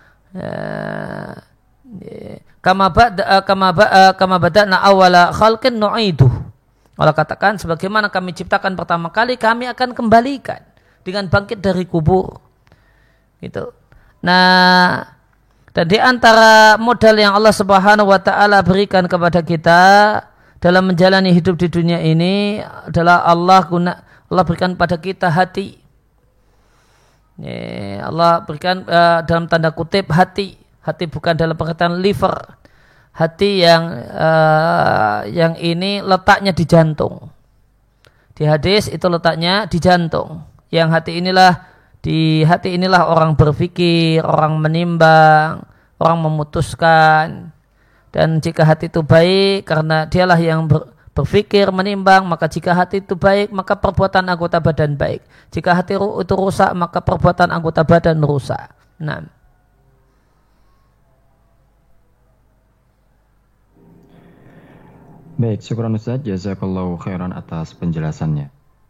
Kama bada'na awwala khalqin nu'iduh. Allah katakan sebagaimana kami ciptakan pertama kali, kami akan kembalikan dengan bangkit dari kubur. Gitu. Nah, dan di antara modal yang Allah Subhanahu wa taala berikan kepada kita dalam menjalani hidup di dunia ini adalah Allah berikan pada kita hati. Allah berikan dalam tanda kutip hati bukan dalam pengertian liver. Hati yang ini letaknya di jantung. Di hadis itu letaknya di jantung. Yang di hati inilah orang berpikir, orang menimbang, orang memutuskan. Dan jika hati itu baik, karena dialah yang berpikir, menimbang, maka jika hati itu baik, maka perbuatan anggota badan baik. Jika hati itu rusak, maka perbuatan anggota badan rusak. Nah. Baik, syukran Ustaz, jazakallahu khairan atas penjelasannya.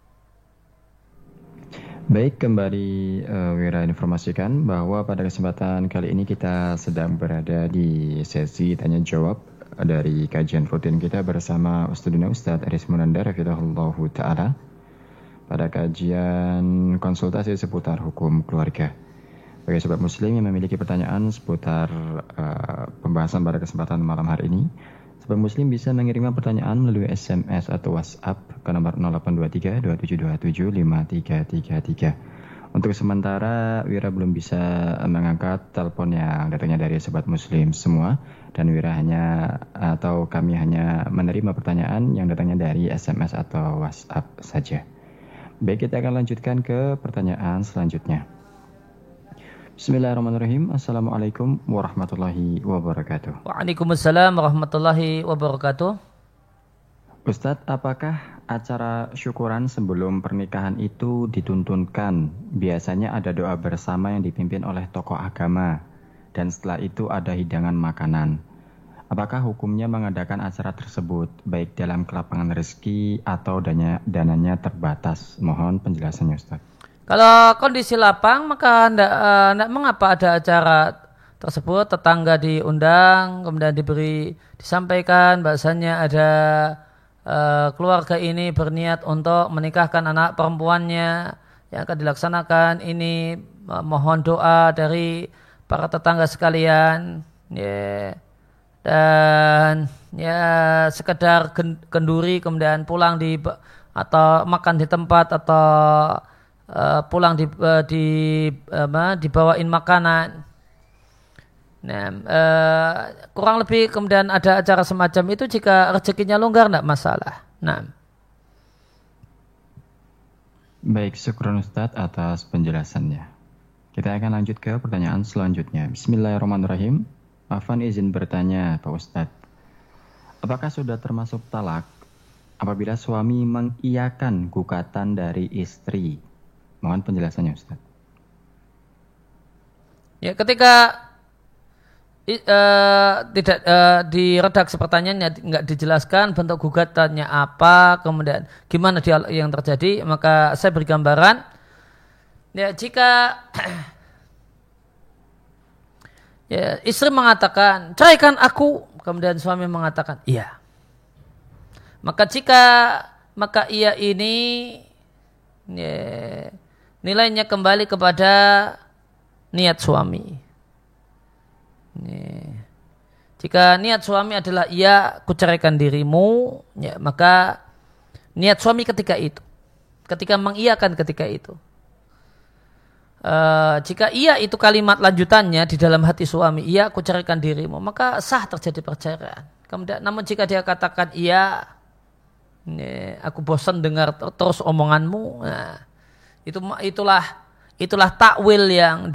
Baik, kembali Wira informasikan bahwa pada kesempatan kali ini kita sedang berada di sesi tanya jawab dari kajian rutin kita bersama Ustadzuna Ustadz Aris Munandar hafizahullahu ta'ala pada kajian konsultasi seputar hukum keluarga. Bagi sobat muslim yang memiliki pertanyaan seputar pembahasan pada kesempatan malam hari ini, sobat muslim bisa mengirimkan pertanyaan melalui SMS atau WhatsApp ke nomor 0823 2727 5333. Untuk sementara Wira belum bisa mengangkat telepon yang datangnya dari sobat muslim semua, dan Wira kami hanya menerima pertanyaan yang datangnya dari SMS atau WhatsApp saja. Baik, kita akan lanjutkan ke pertanyaan selanjutnya. Bismillahirrahmanirrahim. Assalamualaikum warahmatullahi wabarakatuh. Waalaikumsalam warahmatullahi wabarakatuh. Ustadz, apakah acara syukuran sebelum pernikahan itu dituntunkan? Biasanya ada doa bersama yang dipimpin oleh tokoh agama, dan setelah itu ada hidangan makanan. Apakah hukumnya mengadakan acara tersebut, baik dalam kelapangan rezeki atau dananya terbatas? Mohon penjelasannya, Ustadz. Kalau kondisi lapang, maka tidak mengapa ada acara tersebut, tetangga diundang, kemudian disampaikan bahasanya ada keluarga ini berniat untuk menikahkan anak perempuannya yang akan dilaksanakan. Ini mohon doa dari para tetangga sekalian, dan sekedar kenduri kemudian pulang atau makan di tempat atau pulang dibawain makanan. Nah, kurang lebih kemudian ada acara semacam itu, jika rezekinya longgar tidak masalah. Nah. Baik, syukron Ustadz atas penjelasannya. Kita akan lanjut ke pertanyaan selanjutnya. Bismillahirrahmanirrahim. Afan izin bertanya, Pak Ustadz. Apakah sudah termasuk talak apabila suami mengiyakan gugatan dari istri? Mohon penjelasannya, Ustaz. Ya, ketika tidak di redaksi pertanyaannya nggak dijelaskan bentuk gugatannya apa, kemudian gimana yang terjadi, maka saya beri gambaran. Ya, jika ya, istri mengatakan ceraikan aku, kemudian suami mengatakan iya, maka iya ini nilainya kembali kepada niat suami. Jika niat suami adalah iya, kuceraikan dirimu, ya, maka niat suami ketika mengiyakan ketika itu. Jika iya itu kalimat lanjutannya di dalam hati suami, iya, kuceraikan dirimu, maka sah terjadi perceraian. Kemudian, namun jika dia katakan iya, aku bosan dengar terus omonganmu, nah, itulah takwil yang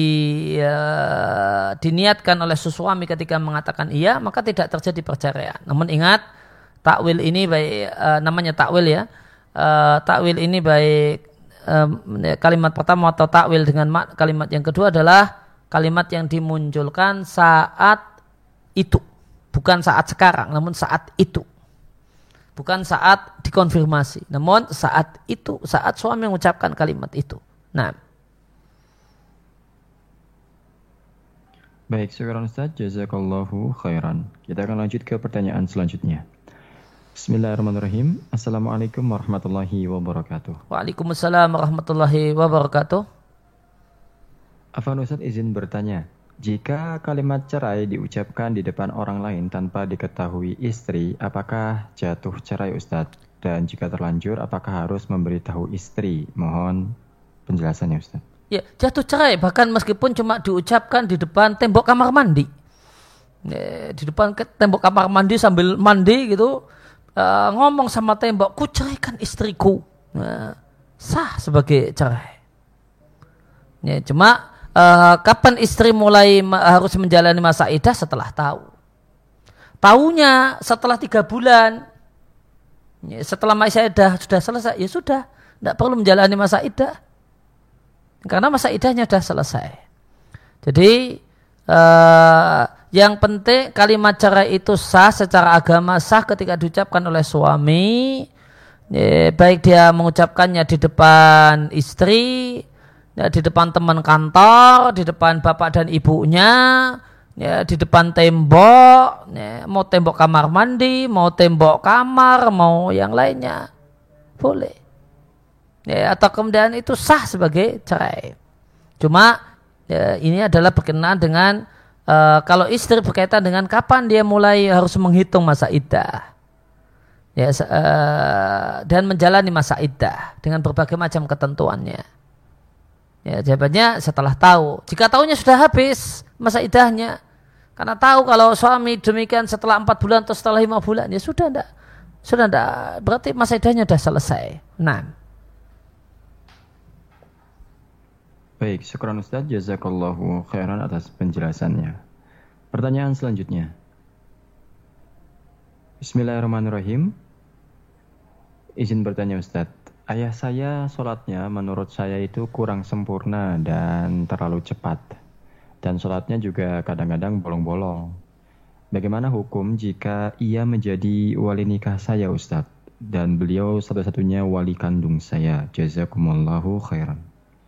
diniatkan oleh suami ketika mengatakan iya, maka tidak terjadi perceraian. Namun ingat, takwil ini baik namanya takwil ya. Takwil ini baik kalimat pertama atau takwil dengan kalimat yang kedua adalah kalimat yang dimunculkan saat itu, bukan saat sekarang, namun saat itu. Bukan saat dikonfirmasi, namun saat itu, saat suami mengucapkan kalimat itu. Nah. Baik, syukran Ustaz, jazakallahu khairan. Kita akan lanjut ke pertanyaan selanjutnya. Bismillahirrahmanirrahim. Assalamualaikum warahmatullahi wabarakatuh. Waalaikumsalam warahmatullahi wabarakatuh. Afwan Ustaz izin bertanya. Jika kalimat cerai diucapkan di depan orang lain tanpa diketahui istri, apakah jatuh cerai Ustadz? Dan jika terlanjur, apakah harus memberitahu istri? Mohon penjelasannya Ustadz. Ya, jatuh cerai bahkan meskipun cuma diucapkan di depan tembok kamar mandi. Di depan tembok kamar mandi sambil mandi gitu, ngomong sama tembok, ku ceraikan istriku. Sah sebagai cerai. Ya, cuma kapan istri mulai harus menjalani masa iddah? Setelah tahu. Taunya setelah 3 bulan. Ya, setelah masa iddah sudah selesai, ya sudah, tidak perlu menjalani masa iddah. Karena masa iddahnya sudah selesai. Jadi yang penting kalimat cerai itu sah secara agama, sah ketika diucapkan oleh suami, ya, baik dia mengucapkannya di depan istri, ya, di depan teman kantor, di depan bapak dan ibunya, ya, di depan tembok, ya, mau tembok kamar mandi, mau tembok kamar, mau yang lainnya, boleh. Ya, atau kemudian itu sah sebagai cerai. Cuma ya, ini adalah berkenaan dengan kalau istri berkaitan dengan kapan dia mulai harus menghitung masa iddah, ya, dan menjalani masa iddah dengan berbagai macam ketentuannya. Ya, jawabannya setelah tahu. Jika tahunya sudah habis masa iddahnya, karena tahu kalau suami demikian setelah 4 bulan atau setelah 5 bulan, ya sudah enggak, berarti masa iddahnya sudah selesai. Nah. Baik, syukran Ustaz, jazakallahu khairan atas penjelasannya. Pertanyaan selanjutnya. Bismillahirrahmanirrahim. Izin bertanya Ustaz, ayah saya sholatnya menurut saya itu kurang sempurna dan terlalu cepat. Dan sholatnya juga kadang-kadang bolong-bolong. Bagaimana hukum jika ia menjadi wali nikah saya Ustaz? Dan beliau satu-satunya wali kandung saya. Jazakumullahu khairan.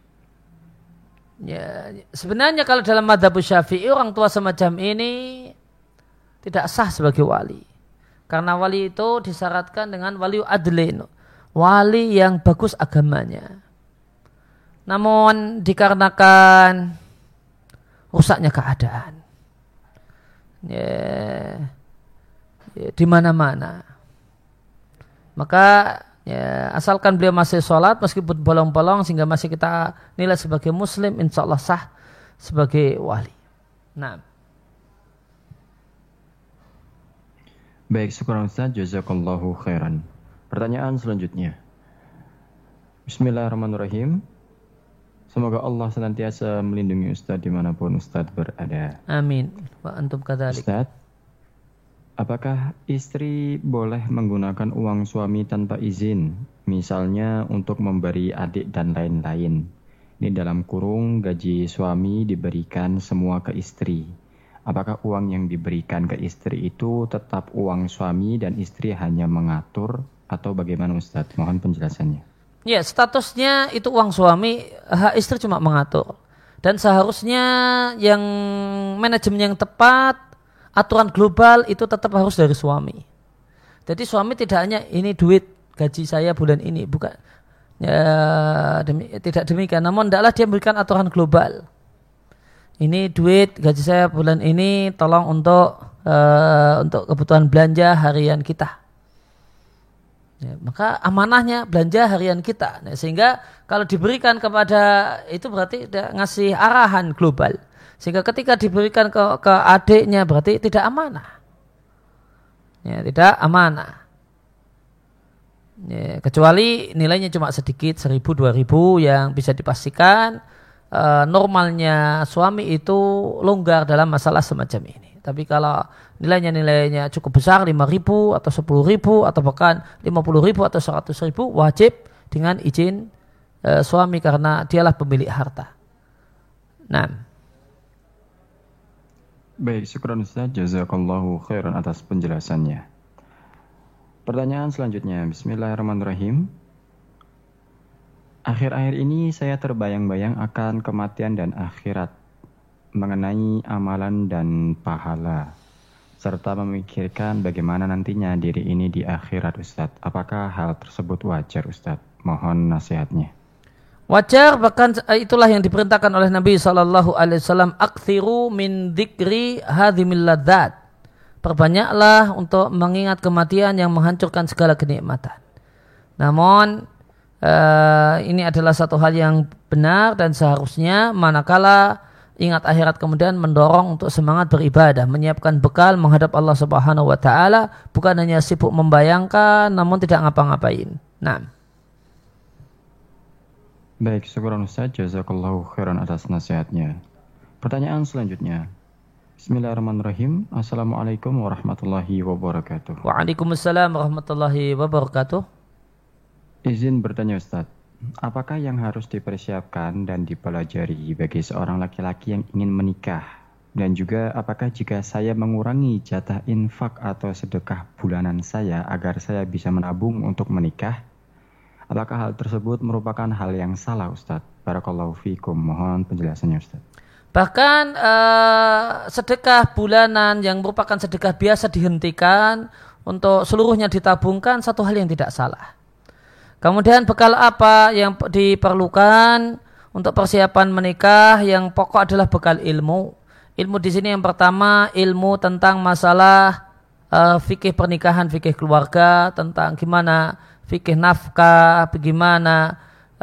Ya, sebenarnya kalau dalam mazhab Syafi'i orang tua semacam ini tidak sah sebagai wali. Karena wali itu disyaratkan dengan wali adlin, wali yang bagus agamanya. Namun dikarenakan rusaknya keadaan, ya, di mana-mana, maka ya, asalkan beliau masih sholat meskipun bolong-bolong sehingga masih kita nilai sebagai muslim, insya Allah sah sebagai wali. Nah. Baik, syukur Ustaz, jazakallahu khairan. Pertanyaan selanjutnya. Bismillahirrahmanirrahim. Semoga Allah senantiasa melindungi Ustaz dimanapun Ustaz berada. Amin. Wa antum kadzalik. Ustaz, apakah istri boleh menggunakan uang suami tanpa izin, misalnya untuk memberi adik dan lain-lain? Ini dalam kurung gaji suami diberikan semua ke istri. Apakah uang yang diberikan ke istri itu tetap uang suami dan istri hanya mengatur atau bagaimana Ustaz? Mohon penjelasannya. Ya, statusnya itu uang suami, hak istri cuma mengatur. Dan seharusnya yang manajemen yang tepat, aturan global itu tetap harus dari suami. Jadi suami tidak hanya ini duit gaji saya bulan ini, bukan. Ya, tidak demikian. Namun tidaklah dia memberikan aturan global. Ini duit gaji saya bulan ini, tolong untuk kebutuhan belanja harian kita. Ya, maka amanahnya belanja harian kita. Nah, sehingga kalau diberikan kepada itu berarti dia ngasih arahan global. Sehingga ketika diberikan ke adiknya berarti tidak amanah. Ya, tidak amanah. Ya, kecuali nilainya cuma sedikit, 1.000, 2.000 yang bisa dipastikan normalnya suami itu longgar dalam masalah semacam ini. Tapi kalau nilainya cukup besar, 5.000 atau 10.000 atau bahkan 50.000 atau 100.000, wajib dengan izin suami karena dialah pemilik harta. Nah. Baik, syukran Ustaz, jazakallahu khairan atas penjelasannya. Pertanyaan selanjutnya, bismillahirrahmanirrahim. Akhir-akhir ini saya terbayang-bayang akan kematian dan akhirat, mengenai amalan dan pahala, serta memikirkan bagaimana nantinya diri ini di akhirat Ustaz. Apakah hal tersebut wajar Ustaz? Mohon nasihatnya. Wajar, bahkan itulah yang diperintahkan oleh Nabi SAW. Aktsiru min dzikri hadhimil ladzat. Perbanyaklah untuk mengingat kematian yang menghancurkan segala kenikmatan. Namun ini adalah satu hal yang benar dan seharusnya manakala ingat akhirat kemudian mendorong untuk semangat beribadah, menyiapkan bekal menghadap Allah Subhanahu wa taala, bukan hanya sibuk membayangkan namun tidak ngapa-ngapain. Nah. Baik, syukuran Ustaz, jazakallahu khairan atas nasihatnya. Pertanyaan selanjutnya. Bismillahirrahmanirrahim. Assalamualaikum warahmatullahi wabarakatuh. Waalaikumsalam warahmatullahi wabarakatuh. Izin bertanya Ustadz, apakah yang harus dipersiapkan dan dipelajari bagi seorang laki-laki yang ingin menikah? Dan juga apakah jika saya mengurangi jatah infak atau sedekah bulanan saya agar saya bisa menabung untuk menikah, apakah hal tersebut merupakan hal yang salah Ustadz? Barakallahu fiikum, mohon penjelasannya Ustadz. Bahkan sedekah bulanan yang merupakan sedekah biasa dihentikan untuk seluruhnya ditabungkan, satu hal yang tidak salah. Kemudian bekal apa yang diperlukan untuk persiapan menikah? Yang pokok adalah bekal ilmu. Ilmu di sini yang pertama ilmu tentang masalah fikih pernikahan, fikih keluarga, tentang gimana fikih nafkah, bagaimana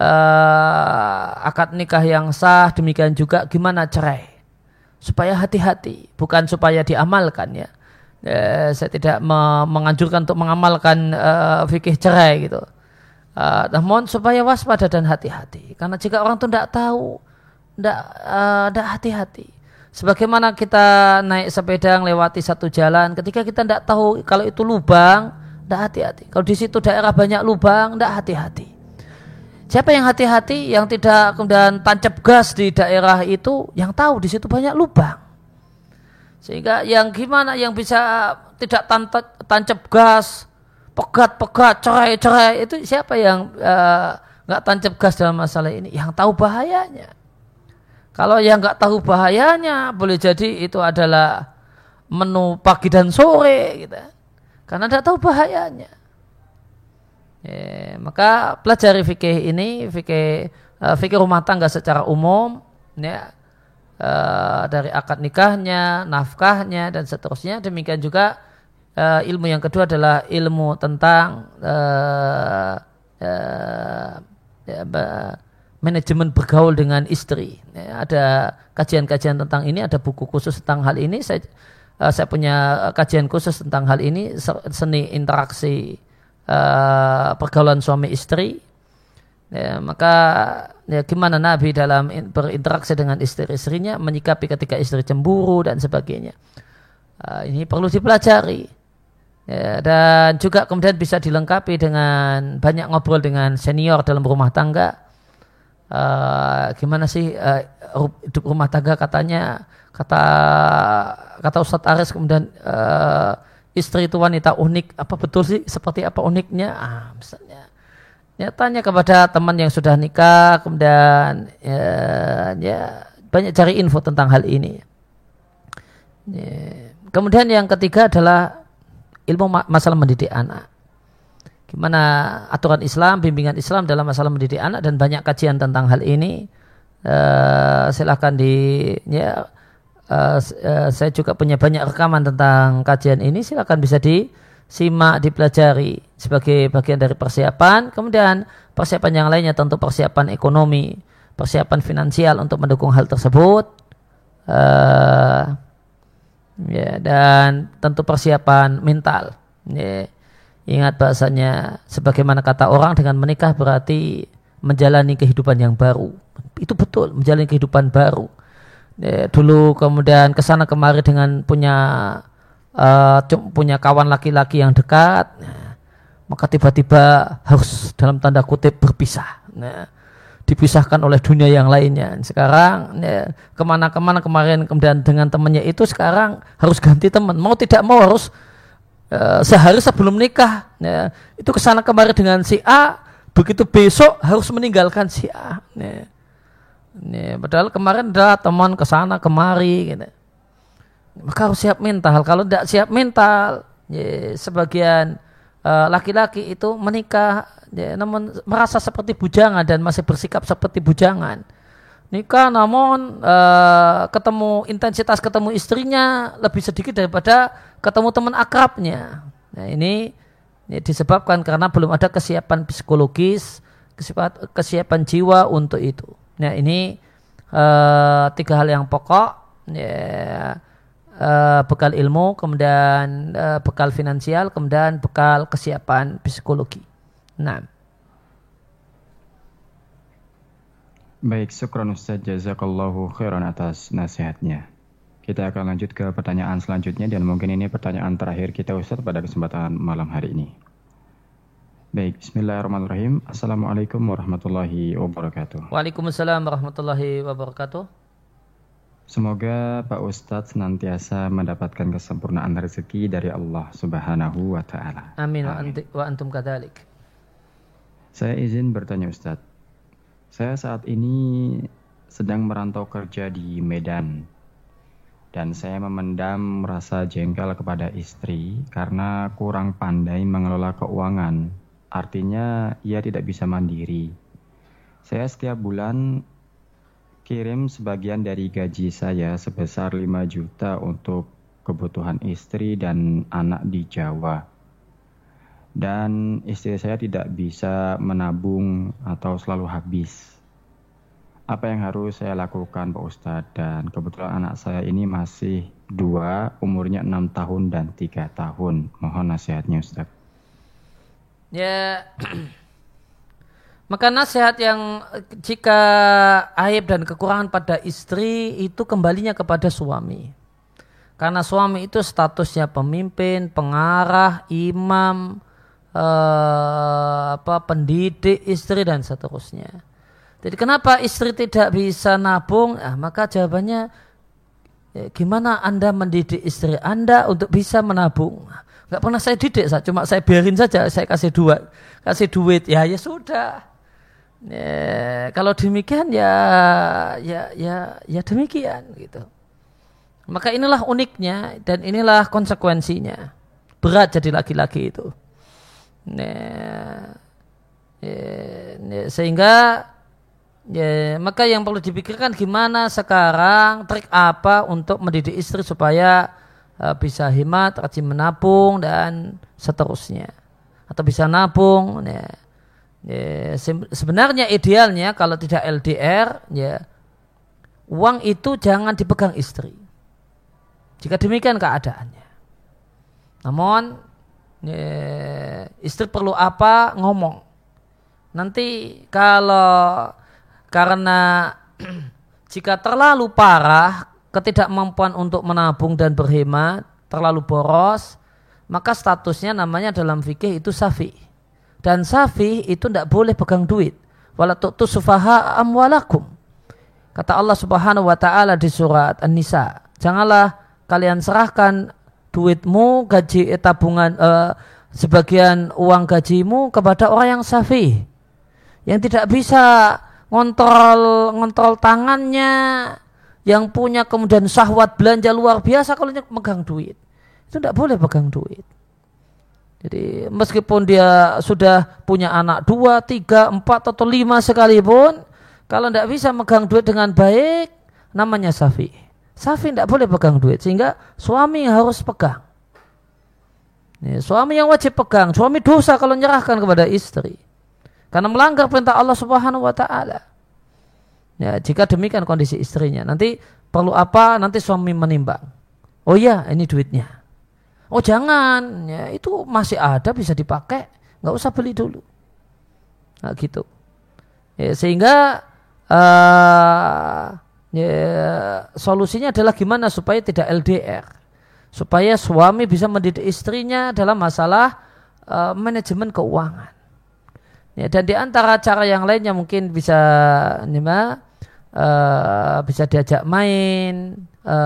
akad nikah yang sah, demikian juga gimana cerai, supaya hati-hati, bukan supaya diamalkan ya. Saya tidak menganjurkan untuk mengamalkan fikih cerai gitu, namun supaya waspada dan hati-hati, karena jika orang itu tidak tahu, tidak hati-hati, sebagaimana kita naik sepeda melewati satu jalan, ketika kita tidak tahu kalau itu lubang, tidak hati-hati. Kalau di situ daerah banyak lubang, tidak hati-hati. Siapa yang hati-hati, yang tidak kemudian tancap gas di daerah itu, yang tahu di situ banyak lubang. Sehingga yang gimana yang bisa tidak tancap gas, pegat, cerai, itu siapa yang nggak tancap gas dalam masalah ini? Yang tahu bahayanya. Kalau yang nggak tahu bahayanya, boleh jadi itu adalah menu pagi dan sore, gitu. Karena tidak tahu bahayanya. Maka pelajari fikih ini, fikih rumah tangga secara umum, ya, dari akad nikahnya, nafkahnya dan seterusnya. Demikian juga ilmu yang kedua adalah ilmu tentang manajemen bergaul dengan istri. Ya, ada kajian-kajian tentang ini, ada buku khusus tentang hal ini. Saya punya kajian khusus tentang hal ini, seni interaksi pergaulan suami istri. Ya, maka ya, gimana Nabi dalam berinteraksi dengan istri-istrinya, menyikapi ketika istri cemburu dan sebagainya. Ini perlu dipelajari. Ya, dan juga kemudian bisa dilengkapi dengan banyak ngobrol dengan senior dalam rumah tangga. Gimana sih hidup rumah tangga, kata Ustadz Aris, kemudian istri itu wanita unik, apa betul sih, seperti apa uniknya? Misalnya, ya tanya kepada teman yang sudah nikah, kemudian ya banyak cari info tentang hal ini. Ya. Kemudian yang ketiga adalah ilmu masalah mendidik anak. Gimana aturan Islam, bimbingan Islam dalam masalah mendidik anak, dan banyak kajian tentang hal ini. Silahkan saya juga punya banyak rekaman tentang kajian ini, silakan bisa disimak, dipelajari sebagai bagian dari persiapan. Kemudian persiapan yang lainnya tentu persiapan ekonomi, persiapan finansial untuk mendukung hal tersebut, ya, dan tentu persiapan mental. Ya. Ingat bahasanya, sebagaimana kata orang, dengan menikah berarti menjalani kehidupan yang baru. Itu betul, menjalani kehidupan baru. Dulu kemudian kesana kemari dengan punya kawan laki-laki yang dekat, maka tiba-tiba harus dalam tanda kutip berpisah, dipisahkan oleh dunia yang lainnya. Sekarang kemana-kemana kemarin kemudian dengan temannya itu, sekarang harus ganti teman, mau tidak mau harus sehari sebelum nikah, itu kesana kemari dengan si A, begitu besok harus meninggalkan si A. Padahal kemarin ada teman kesana kemari, gitu. Maka harus siap mental. Kalau tidak siap mental, sebagian laki-laki itu menikah, namun merasa seperti bujangan dan masih bersikap seperti bujangan. Nikah namun intensitas ketemu istrinya lebih sedikit daripada ketemu teman akrabnya. Nah ini disebabkan karena belum ada kesiapan psikologis, kesiapan jiwa untuk itu. Nah ini tiga hal yang pokok, bekal ilmu, kemudian bekal finansial, kemudian bekal kesiapan psikologi. Nah. Baik, syukran Ustaz, jazakallahu khairan atas nasihatnya. kita akan lanjut ke pertanyaan selanjutnya dan mungkin ini pertanyaan terakhir kita Ustaz pada kesempatan malam hari ini. Baik, bismillahirrahmanirrahim. Assalamualaikum warahmatullahi wabarakatuh. Waalaikumsalam warahmatullahi wabarakatuh. Semoga Pak Ustadz senantiasa mendapatkan kesempurnaan rezeki dari Allah Subhanahu wa Ta'ala. Amin wa antum kadzalik. Saya izin bertanya Ustadz. Saya saat ini sedang merantau kerja di Medan. Dan saya memendam rasa jengkel kepada istri karena kurang pandai mengelola keuangan. Artinya ia tidak bisa mandiri. Saya setiap bulan kirim sebagian dari gaji saya sebesar 5 juta untuk kebutuhan istri dan anak di Jawa. Dan istri saya tidak bisa menabung atau selalu habis. Apa yang harus saya lakukan Pak Ustadz? Dan kebetulan anak saya ini masih 2, umurnya 6 tahun dan 3 tahun. Mohon nasihatnya Ustadz. Ya, maka nasihat yang jika aib dan kekurangan pada istri itu kembalinya kepada suami. Karena suami itu statusnya pemimpin, pengarah, imam, pendidik istri dan seterusnya. Jadi kenapa istri tidak bisa nabung? Maka jawabannya gimana Anda mendidik istri Anda untuk bisa menabung? Nggak pernah saya didik, cuma saya biarin saja, saya kasih duit, ya sudah. Kalau demikian ya demikian gitu. Maka inilah uniknya dan inilah konsekuensinya. Berat jadi laki-laki itu. Sehingga maka yang perlu dipikirkan gimana sekarang, trik apa untuk mendidik istri supaya bisa hemat, rajin menabung dan seterusnya. Atau bisa nabung. Sebenarnya idealnya kalau tidak LDR, uang itu jangan dipegang istri. Jika demikian keadaannya. Namun istri perlu apa ngomong. Nanti karena jika terlalu parah ketidakmampuan untuk menabung dan berhemat, terlalu boros, maka statusnya namanya dalam fikih itu safi. Dan safi itu tidak boleh pegang duit. Wala tu'tu sufaha amwalakum. Kata Allah Subhanahu wa taala di surat An-Nisa, janganlah kalian serahkan duitmu, gaji tabungan, sebagian uang gajimu kepada orang yang safi, yang tidak bisa ngontrol tangannya, yang punya kemudian syahwat belanja luar biasa kalau megang duit. Itu tidak boleh pegang duit. Jadi meskipun dia sudah punya anak 2, 3, 4 atau 5 sekalipun, kalau tidak bisa megang duit dengan baik, namanya safi. Safi tidak boleh pegang duit, sehingga suami harus pegang. Suami yang wajib pegang, suami dosa kalau menyerahkan kepada istri. Karena melanggar perintah Allah Subhanahu wa taala. Ya, jika demikian kondisi istrinya, nanti perlu apa? Nanti suami menimbang. Oh iya, ini duitnya. Oh jangan, ya, itu masih ada bisa dipakai, nggak usah beli dulu. Nah, gitu. Ya, sehingga solusinya adalah gimana supaya tidak LDR, supaya suami bisa mendidik istrinya dalam masalah manajemen keuangan. Ya, dan di antara cara yang lainnya mungkin bisa bisa diajak main,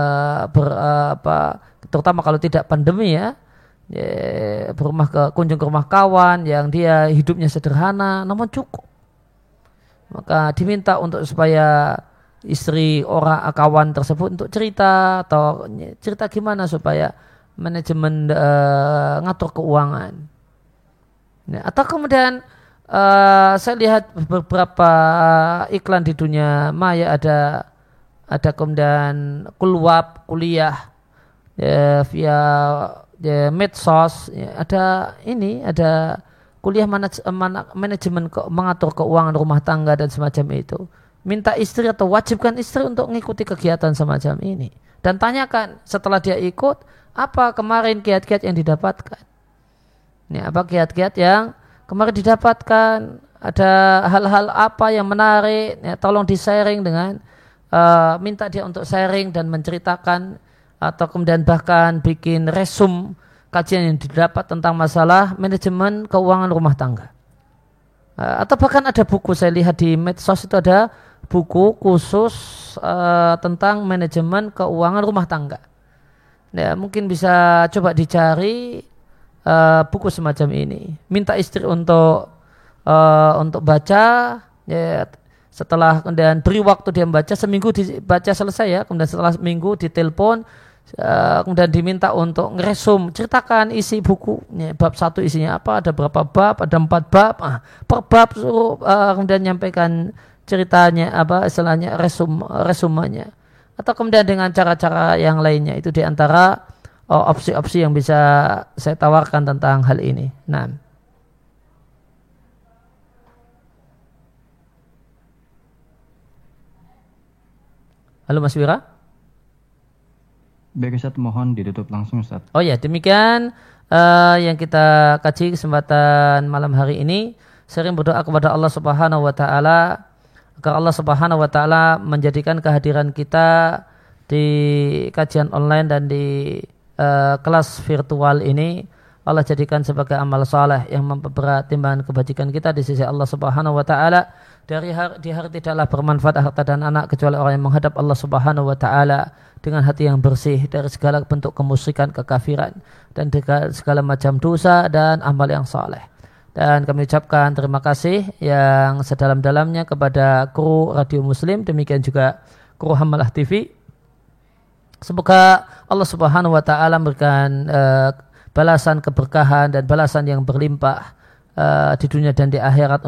terutama kalau tidak pandemi ya, kunjung ke rumah kawan yang dia hidupnya sederhana namun cukup. Maka diminta untuk supaya istri kawan tersebut untuk cerita atau cerita gimana supaya manajemen ngatur keuangan. Ya, atau kemudian saya lihat beberapa iklan di dunia maya ada kemudian kuliah via medsos, ada kuliah manajemen mengatur keuangan rumah tangga dan semacam itu. Minta istri atau wajibkan istri untuk mengikuti kegiatan semacam ini dan tanyakan setelah dia ikut apa kemarin kiat-kiat yang didapatkan. Apa kiat-kiat yang kemarin didapatkan, ada hal-hal apa yang menarik, tolong di-sharing dengan minta dia untuk sharing dan menceritakan atau kemudian bahkan bikin resum kajian yang didapat tentang masalah manajemen keuangan rumah tangga. Atau bahkan ada buku, saya lihat di medsos itu ada buku khusus tentang manajemen keuangan rumah tangga. Ya, mungkin bisa coba dicari buku semacam ini. Minta istri untuk baca, ya, setelah kemudian beri waktu dia membaca, seminggu dibaca selesai ya, kemudian setelah seminggu ditelepon, kemudian diminta untuk ngeresum, ceritakan isi buku, ya, bab 1 isinya apa, ada berapa bab, ada 4 bab, per bab suruh kemudian nyampaikan ceritanya, apa istilahnya resumanya, atau kemudian dengan cara-cara yang lainnya. Itu diantara opsi-opsi yang bisa saya tawarkan tentang hal ini. Nah, halo Mas Wira. Baik Ustaz, mohon ditutup langsung Ustaz. Oh ya, demikian yang kita kaji kesempatan malam hari ini. Sering berdoa kepada Allah Subhanahu wa taala agar Allah Subhanahu wa taala menjadikan kehadiran kita di kajian online dan di kelas virtual ini Allah jadikan sebagai amal saleh yang memperberat timbangan kebajikan kita di sisi Allah Subhanahu wa taala. Di hari tidaklah bermanfaat harta dan anak kecuali orang yang menghadap Allah Subhanahu wa taala dengan hati yang bersih dari segala bentuk kemusyrikan, kekafiran dan segala macam dosa dan amal yang saleh. Dan kami ucapkan terima kasih yang sedalam-dalamnya kepada kru Radio Muslim, demikian juga kru Hamalah TV. Semoga Allah Subhanahu wa taala memberikan balasan keberkahan dan balasan yang berlimpah di dunia dan di akhirat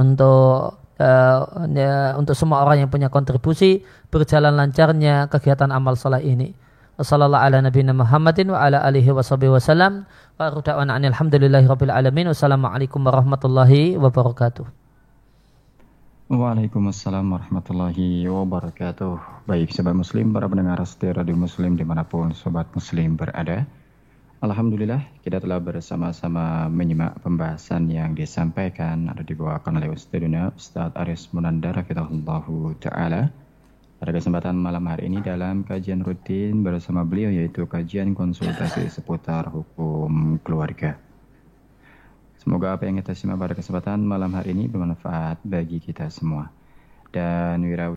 untuk semua orang yang punya kontribusi berjalan lancarnya kegiatan amal saleh ini. Wassallallahu ala nabiyina Muhammadin wa ala alihi washabihi wasallam. Wa ruda'wana alhamdulillahirabbil alamin. Wassalamualaikum warahmatullahi wabarakatuh. Waalaikumsalam warahmatullahi wabarakatuh. Baik sobat muslim, para pendengar setia Radio Muslim dimanapun sobat muslim berada, alhamdulillah kita telah bersama-sama menyimak pembahasan yang disampaikan atau dibawakan oleh Ustadz Aris Munandar hafizahullahu ta'ala pada kesempatan malam hari ini dalam kajian rutin bersama beliau, yaitu kajian konsultasi seputar hukum keluarga. Semoga apa yang kita simak pada kesempatan malam hari ini bermanfaat bagi kita semua. Dan